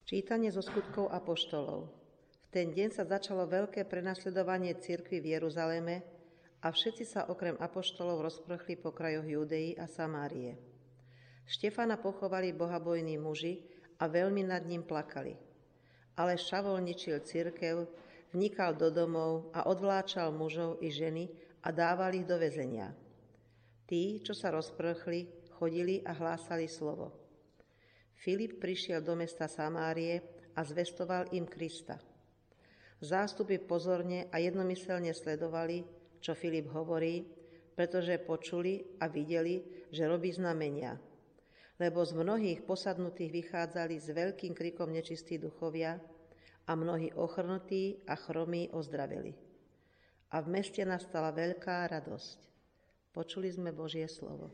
Čítanie zo skutkov apoštolov. V ten deň sa začalo veľké prenasledovanie cirkvi v Jeruzaleme a všetci sa okrem apoštolov rozprchli po krajoch Judei a Samárie. Štefana pochovali bohabojní muži a veľmi nad ním plakali. Ale Šavol ničil cirkev, vnikal do domov a odvláčal mužov i ženy a dával ich do väzenia. Tí, čo sa rozprchli, chodili a hlásali slovo. Filip prišiel do mesta Samárie a zvestoval im Krista. Zástupy pozorne a jednomyselne sledovali, čo Filip hovorí, pretože počuli a videli, že robí znamenia. Lebo z mnohých posadnutých vychádzali s veľkým krikom nečistí duchovia a mnohí ochrnutí a chromí ozdraveli. A v meste nastala veľká radosť. Počuli sme Božie slovo.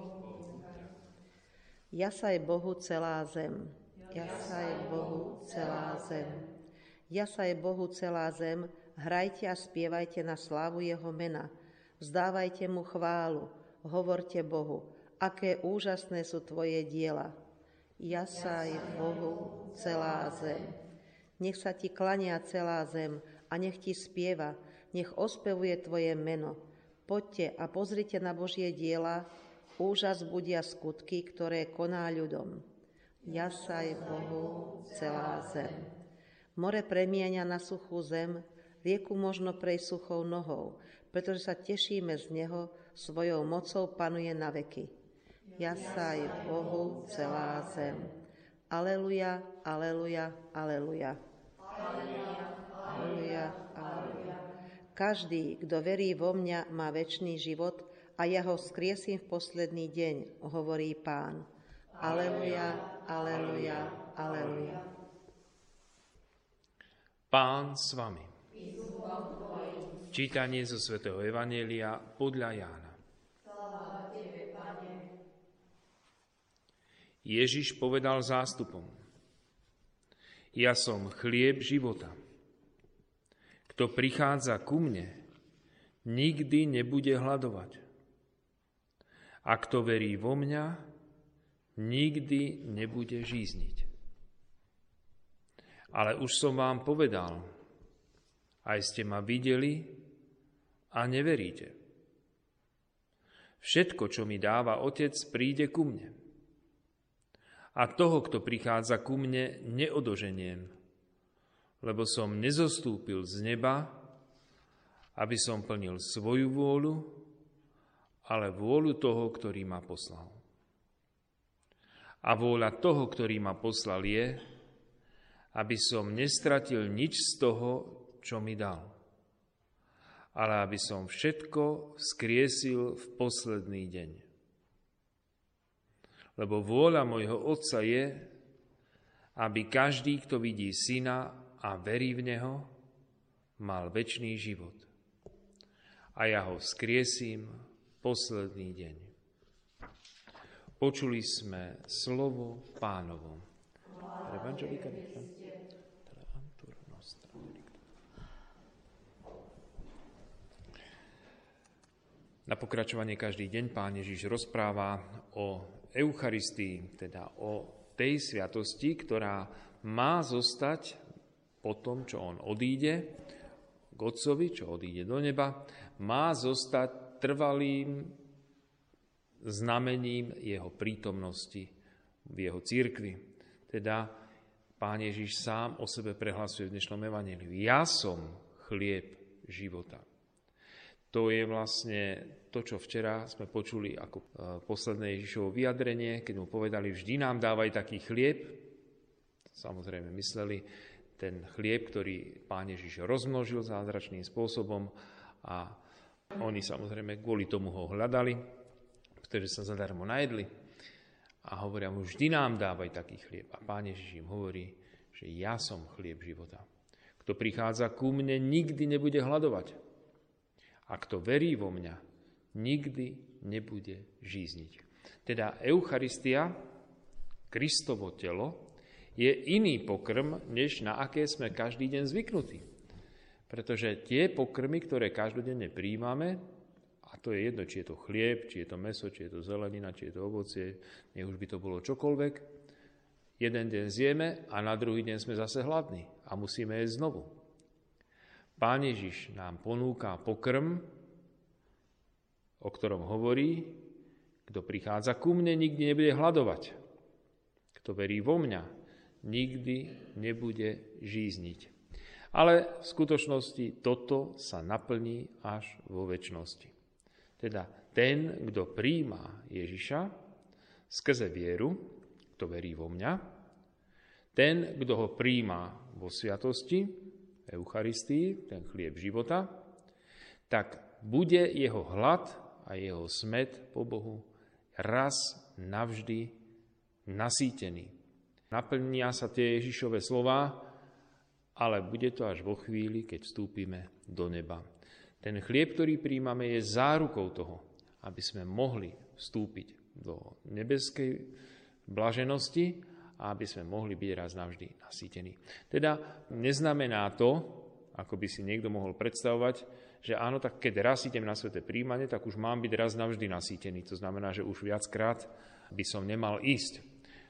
Jasaj Bohu celá zem, jasaj Bohu celá zem. Jasaj Bohu celá zem, hrajte a spievajte na slávu jeho mena. Vzdávajte mu chválu, hovorte Bohu, aké úžasné sú tvoje diela. Jasaj Bohu celá zem. Nech sa ti klania celá zem a nech ti spieva, nech ospevuje tvoje meno. Poďte a pozrite na Božie diela, úžas budia skutky, ktoré koná ľudom. Jasaj Bohu celá zem. More premieňa na suchú zem, rieku možno prejsť suchou nohou, pretože sa tešíme z neho, svojou mocou panuje na veky. Jasaj Bohu celá zem. Aleluja, aleluja, aleluja. Aleluja, aleluja. Každý, kto verí vo mňa, má večný život a ja ho vzkriesím v posledný deň, hovorí Pán. Aleluja, aleluja, aleluja. Pán s vami. Čítanie zo svätého Evanjelia podľa Jána. Ježiš povedal zástupom: Ja som chlieb života. Kto prichádza ku mne, nikdy nebude hladovať. A kto verí vo mňa, nikdy nebude žízniť. Ale už som vám povedal, aj ste ma videli a neveríte. Všetko, čo mi dáva Otec, príde ku mne. A toho, kto prichádza ku mne, neodoženiem, lebo som nezostúpil z neba, aby som plnil svoju vôľu, ale vôľu toho, ktorý ma poslal. A vôľa toho, ktorý ma poslal, je, aby som nestratil nič z toho, čo mi dal, ale aby som všetko vzkriesil v posledný deň. Lebo vôľa môjho Otca je, aby každý, kto vidí Syna a verí v Neho, mal večný život. A ja ho vzkriesím posledný deň. Počuli sme slovo Pánovo. Na pokračovanie každý deň Pán Ježiš rozpráva o Eucharistii, teda o tej sviatosti, ktorá má zostať po tom, čo on odíde k Otcovi, čo odíde do neba, má zostať trvalým znamením jeho prítomnosti v jeho cirkvi. Teda Pán Ježiš sám o sebe prehlasuje v dnešnom evanjeliu: Ja som chlieb života. To je vlastne to, čo včera sme počuli ako posledné Ježišovo vyjadrenie, keď mu povedali: vždy nám dávaj taký chlieb. Samozrejme mysleli ten chlieb, ktorý Pán Ježiš rozmnožil zázračným spôsobom, a oni samozrejme kvôli tomu ho hľadali, pretože sa zadarmo najedli, a hovoria mu: vždy nám dávaj taký chlieb. A Pán Ježiš im hovorí, že ja som chlieb života. Kto prichádza ku mne, nikdy nebude hladovať. A kto verí vo mňa, nikdy nebude žízniť. Teda Eucharistia, Kristovo telo, je iný pokrm, než na aké sme každý deň zvyknutí. Pretože tie pokrmy, ktoré každodenne prijímame, a to je jedno, či je to chlieb, či je to mäso, či je to zelenina, či je to ovocie, nech už by to bolo čokoľvek, Jeden deň zjeme a na druhý deň sme zase hladní a musíme jesť znovu. Pán Ježiš nám ponúka pokrm, o ktorom hovorí, kto prichádza ku mne, nikdy nebude hladovať. Kto verí vo mňa, nikdy nebude žízniť. Ale v skutočnosti toto sa naplní až vo večnosti. Teda ten, kto prijíma Ježiša skrze vieru, kto verí vo mňa, ten, kto ho prijíma vo sviatosti, Eucharistii, ten chlieb života, tak bude jeho hlad a jeho smäd po Bohu raz navždy nasýtený. Naplnia sa tie Ježišove slová, ale bude to až vo chvíli, keď vstúpime do neba. Ten chlieb, ktorý prijímame, je zárukou toho, aby sme mohli vstúpiť do nebeskej blaženosti a aby sme mohli byť raz navždy nasýtení. Teda neznamená to, ako by si niekto mohol predstavovať, že áno, tak keď raz idem na sväté prijímanie, tak už mám byť raz navždy nasýtený. To znamená, že už viackrát by som nemal ísť.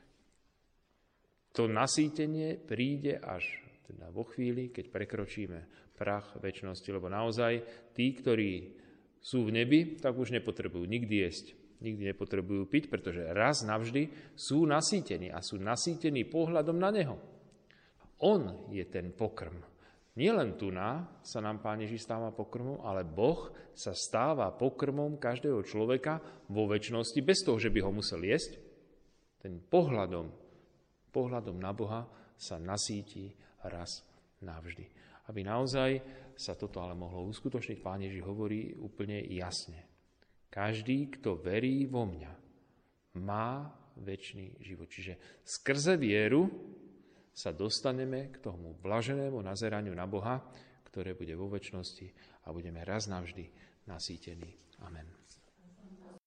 To nasýtenie príde až teda vo chvíli, keď prekročíme prach večnosti, lebo naozaj tí, ktorí sú v nebi, tak už nepotrebujú nikdy jesť. Nikdy nepotrebujú piť, pretože raz navždy sú nasýtení a sú nasýtení pohľadom na neho. On je ten pokrm. Nielen sa nám Pán Ježiš stáva pokrmom, ale Boh sa stáva pokrmom každého človeka vo večnosti, bez toho, že by ho musel jesť. Ten pohľadom na Boha sa nasýti raz navždy. Aby naozaj sa toto ale mohlo uskutočniť, Pán Ježiš hovorí úplne jasne. Každý, kto verí vo mňa, má večný život. Čiže skrze vieru sa dostaneme k tomu blaženému nazeraniu na Boha, ktoré bude vo večnosti a budeme raz navždy nasýtení. Amen.